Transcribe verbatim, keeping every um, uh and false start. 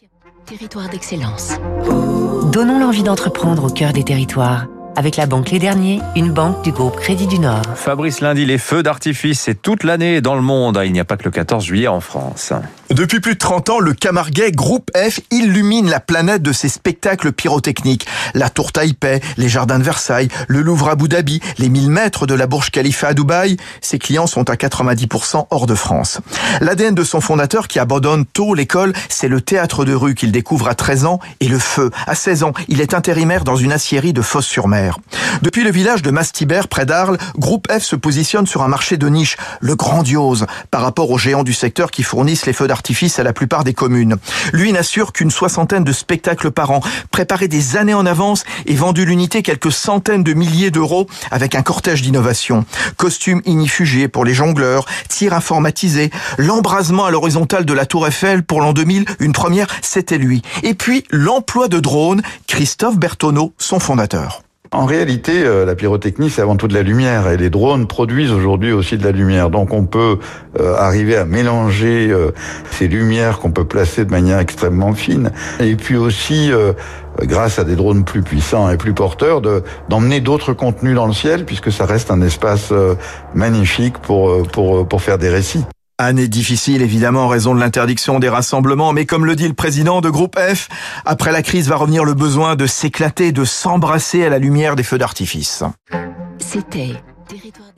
Territoire d'excellence. Donnons l'envie d'entreprendre au cœur des territoires. Avec la Banque Les Derniers, une banque du groupe Crédit du Nord. Fabrice Lundy, les feux d'artifice, c'est toute l'année dans le monde. Il n'y a pas que le quatorze juillet en France. Depuis plus de trente ans, le Camarguais Groupe F illumine la planète de ses spectacles pyrotechniques. La Tour Taipei, les Jardins de Versailles, le Louvre à Abu Dhabi, les mille mètres de la Burj Khalifa à Dubaï. Ses clients sont à quatre-vingt-dix pour cent hors de France. L'A D N de son fondateur, qui abandonne tôt l'école, c'est le théâtre de rue qu'il découvre à treize ans et le feu. À seize ans, il est intérimaire dans une aciérie de Fos-sur-Mer. Depuis le village de Mastibert, près d'Arles, Groupe F se positionne sur un marché de niche, le grandiose, par rapport aux géants du secteur qui fournissent les feux d'artifice à la plupart des communes. Lui n'assure qu'une soixantaine de spectacles par an, préparés des années en avance et vendus l'unité quelques centaines de milliers d'euros avec un cortège d'innovations. Costumes ignifugés pour les jongleurs, tirs informatisés, l'embrasement à l'horizontale de la Tour Eiffel pour l'an deux mille, une première, c'était lui. Et puis l'emploi de drones, Christophe Bertonneau, son fondateur. En réalité, euh, la pyrotechnie, c'est avant tout de la lumière, et les drones produisent aujourd'hui aussi de la lumière. Donc on peut euh, arriver à mélanger euh, ces lumières qu'on peut placer de manière extrêmement fine, et puis aussi, euh, grâce à des drones plus puissants et plus porteurs, de, d'emmener d'autres contenus dans le ciel, puisque ça reste un espace euh, magnifique pour, pour, pour faire des récits. Année difficile, évidemment, en raison de l'interdiction des rassemblements, mais comme le dit le président de Groupe F, après la crise va revenir le besoin de s'éclater, de s'embrasser à la lumière des feux d'artifice. C'était Territoire